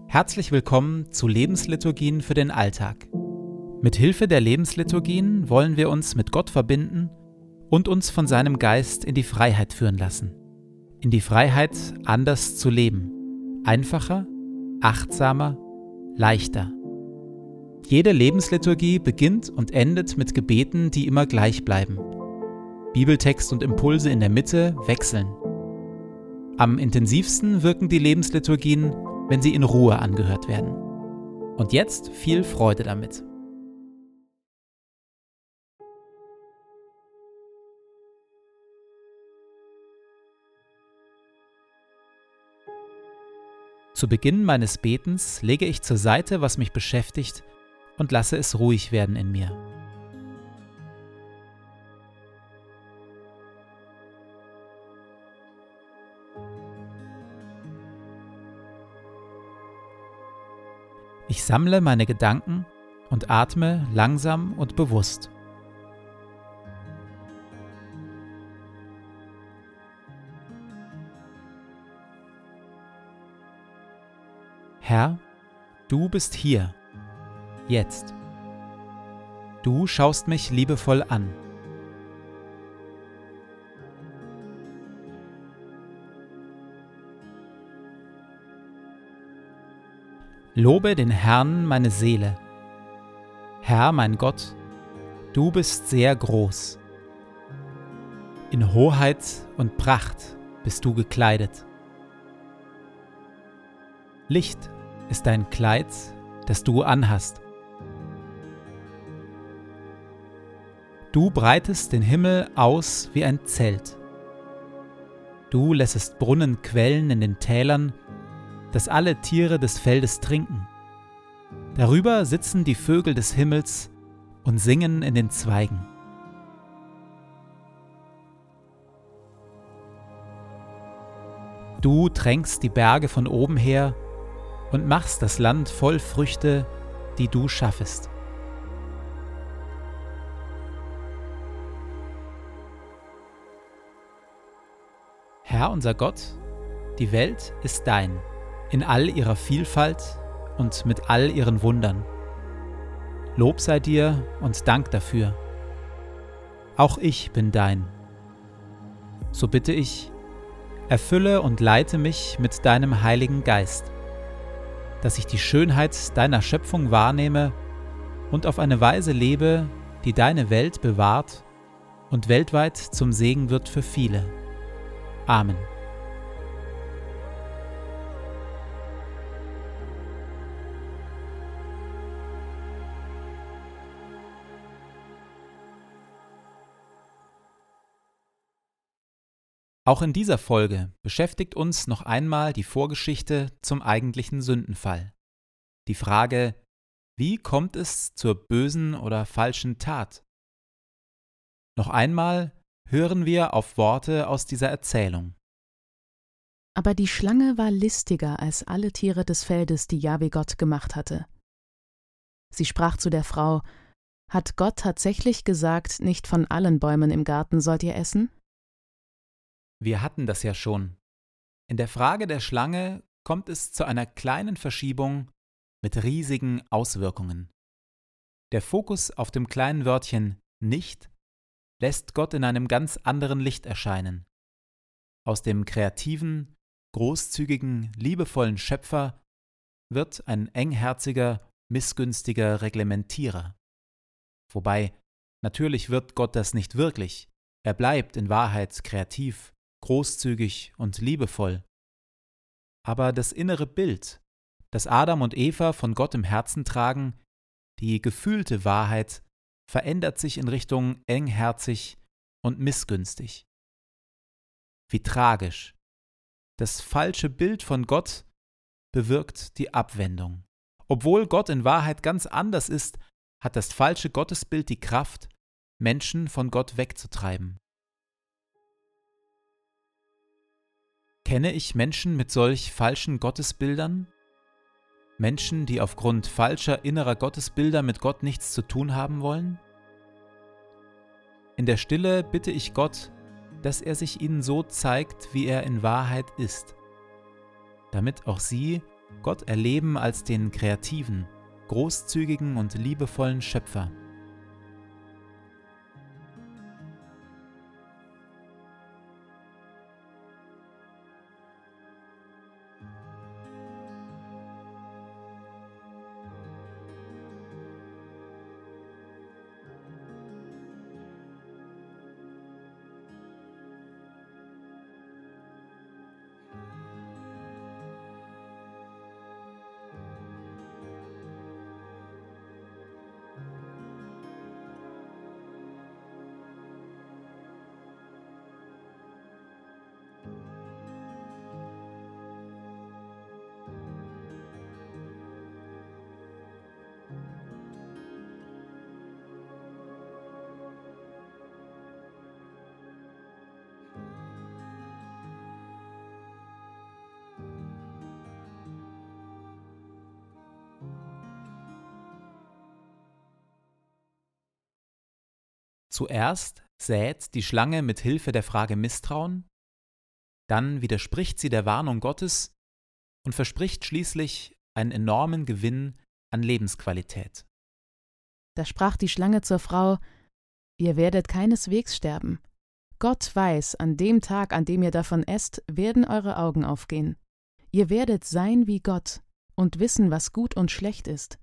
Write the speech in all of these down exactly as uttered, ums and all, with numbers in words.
Herzlich willkommen zu Lebensliturgien für den Alltag. Mit Hilfe der Lebensliturgien wollen wir uns mit Gott verbinden und uns von seinem Geist in die Freiheit führen lassen. In die Freiheit, anders zu leben. Einfacher, achtsamer, leichter. Jede Lebensliturgie beginnt und endet mit Gebeten, die immer gleich bleiben. Bibeltext und Impulse in der Mitte wechseln. Am intensivsten wirken die Lebensliturgien, wenn sie in Ruhe angehört werden. Und jetzt viel Freude damit. Zu Beginn meines Betens lege ich zur Seite, was mich beschäftigt, und lasse es ruhig werden in mir. Ich sammle meine Gedanken und atme langsam und bewusst. Herr, du bist hier, jetzt. Du schaust mich liebevoll an. Lobe den Herrn, meine Seele. Herr, mein Gott, du bist sehr groß. In Hoheit und Pracht bist du gekleidet. Licht ist dein Kleid, das du anhast. Du breitest den Himmel aus wie ein Zelt. Du lässest Brunnen quellen in den Tälern, dass alle Tiere des Feldes trinken. Darüber sitzen die Vögel des Himmels und singen in den Zweigen. Du tränkst die Berge von oben her und machst das Land voll Früchte, die du schaffest. Herr unser Gott, die Welt ist dein, in all ihrer Vielfalt und mit all ihren Wundern. Lob sei dir und Dank dafür. Auch ich bin dein. So bitte ich, erfülle und leite mich mit deinem Heiligen Geist, dass ich die Schönheit deiner Schöpfung wahrnehme und auf eine Weise lebe, die deine Welt bewahrt und weltweit zum Segen wird für viele. Amen. Auch in dieser Folge beschäftigt uns noch einmal die Vorgeschichte zum eigentlichen Sündenfall. Die Frage, wie kommt es zur bösen oder falschen Tat? Noch einmal hören wir auf Worte aus dieser Erzählung. Aber die Schlange war listiger als alle Tiere des Feldes, die Jahwe Gott gemacht hatte. Sie sprach zu der Frau: Hat Gott tatsächlich gesagt, nicht von allen Bäumen im Garten sollt ihr essen? Wir hatten das ja schon. In der Frage der Schlange kommt es zu einer kleinen Verschiebung mit riesigen Auswirkungen. Der Fokus auf dem kleinen Wörtchen nicht lässt Gott in einem ganz anderen Licht erscheinen. Aus dem kreativen, großzügigen, liebevollen Schöpfer wird ein engherziger, missgünstiger Reglementierer. Wobei, natürlich wird Gott das nicht wirklich. Er bleibt in Wahrheit kreativ, großzügig und liebevoll. Aber das innere Bild, das Adam und Eva von Gott im Herzen tragen, die gefühlte Wahrheit, verändert sich in Richtung engherzig und missgünstig. Wie tragisch. Das falsche Bild von Gott bewirkt die Abwendung. Obwohl Gott in Wahrheit ganz anders ist, hat das falsche Gottesbild die Kraft, Menschen von Gott wegzutreiben. Kenne ich Menschen mit solch falschen Gottesbildern? Menschen, die aufgrund falscher innerer Gottesbilder mit Gott nichts zu tun haben wollen? In der Stille bitte ich Gott, dass er sich ihnen so zeigt, wie er in Wahrheit ist, damit auch sie Gott erleben als den kreativen, großzügigen und liebevollen Schöpfer. Zuerst sät die Schlange mit Hilfe der Frage Misstrauen, dann widerspricht sie der Warnung Gottes und verspricht schließlich einen enormen Gewinn an Lebensqualität. Da sprach die Schlange zur Frau: Ihr werdet keineswegs sterben. Gott weiß, an dem Tag, an dem ihr davon esst, werden eure Augen aufgehen. Ihr werdet sein wie Gott und wissen, was gut und schlecht ist.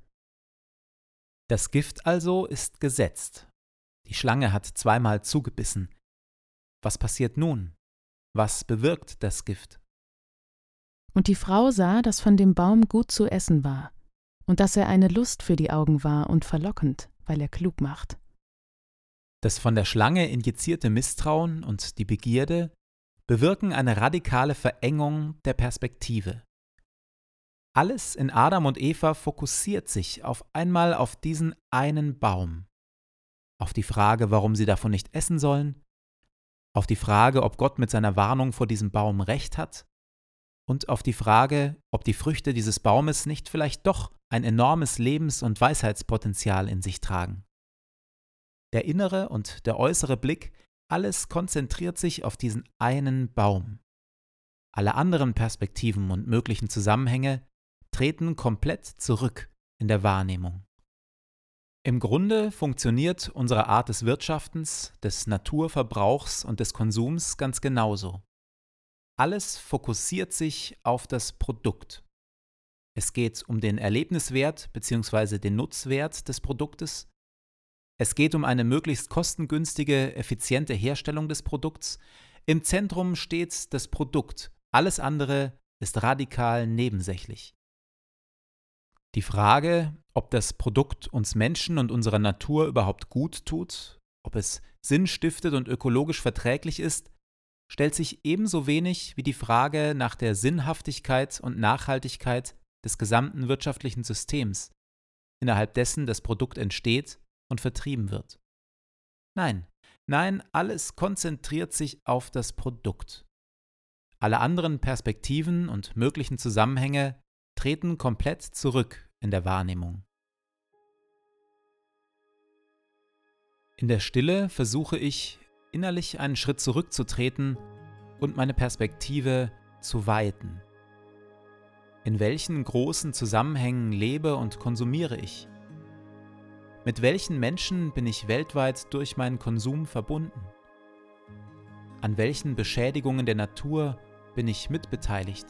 Das Gift also ist gesetzt. Die Schlange hat zweimal zugebissen. Was passiert nun? Was bewirkt das Gift? Und die Frau sah, dass von dem Baum gut zu essen war und dass er eine Lust für die Augen war und verlockend, weil er klug macht. Das von der Schlange injizierte Misstrauen und die Begierde bewirken eine radikale Verengung der Perspektive. Alles in Adam und Eva fokussiert sich auf einmal auf diesen einen Baum. Auf die Frage, warum sie davon nicht essen sollen, auf die Frage, ob Gott mit seiner Warnung vor diesem Baum recht hat und auf die Frage, ob die Früchte dieses Baumes nicht vielleicht doch ein enormes Lebens- und Weisheitspotenzial in sich tragen. Der innere und der äußere Blick, alles konzentriert sich auf diesen einen Baum. Alle anderen Perspektiven und möglichen Zusammenhänge treten komplett zurück in der Wahrnehmung. Im Grunde funktioniert unsere Art des Wirtschaftens, des Naturverbrauchs und des Konsums ganz genauso. Alles fokussiert sich auf das Produkt. Es geht um den Erlebniswert bzw. den Nutzwert des Produktes. Es geht um eine möglichst kostengünstige, effiziente Herstellung des Produkts. Im Zentrum steht das Produkt. Alles andere ist radikal nebensächlich. Die Frage, ob das Produkt uns Menschen und unserer Natur überhaupt gut tut, ob es Sinn stiftet und ökologisch verträglich ist, stellt sich ebenso wenig wie die Frage nach der Sinnhaftigkeit und Nachhaltigkeit des gesamten wirtschaftlichen Systems, innerhalb dessen das Produkt entsteht und vertrieben wird. Nein, nein, alles konzentriert sich auf das Produkt. Alle anderen Perspektiven und möglichen Zusammenhänge treten komplett zurück in der Wahrnehmung. In der Stille versuche ich, innerlich einen Schritt zurückzutreten und meine Perspektive zu weiten. In welchen großen Zusammenhängen lebe und konsumiere ich? Mit welchen Menschen bin ich weltweit durch meinen Konsum verbunden? An welchen Beschädigungen der Natur bin ich mitbeteiligt?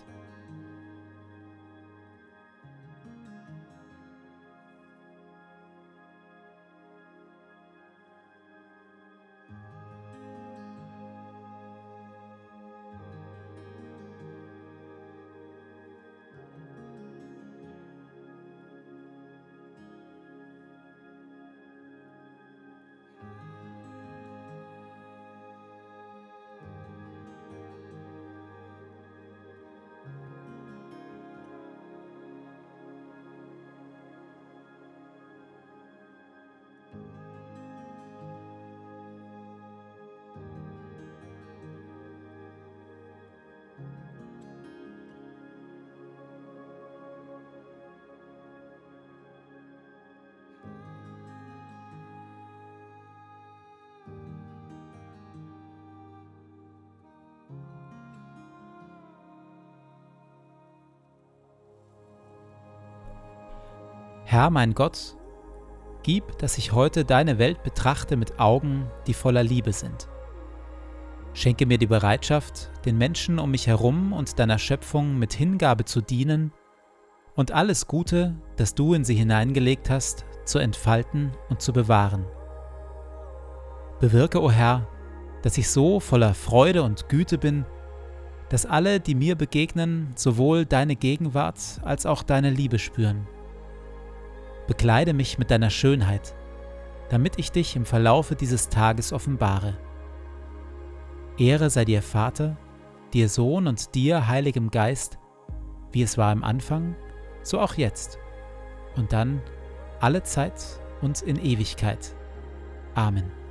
Herr mein Gott, gib, dass ich heute deine Welt betrachte mit Augen, die voller Liebe sind. Schenke mir die Bereitschaft, den Menschen um mich herum und deiner Schöpfung mit Hingabe zu dienen und alles Gute, das du in sie hineingelegt hast, zu entfalten und zu bewahren. Bewirke, o Herr, dass ich so voller Freude und Güte bin, dass alle, die mir begegnen, sowohl deine Gegenwart als auch deine Liebe spüren. Bekleide mich mit deiner Schönheit, damit ich dich im Verlaufe dieses Tages offenbare. Ehre sei dir, Vater, dir Sohn und dir, Heiligem Geist, wie es war im Anfang, so auch jetzt und dann alle Zeit und in Ewigkeit. Amen.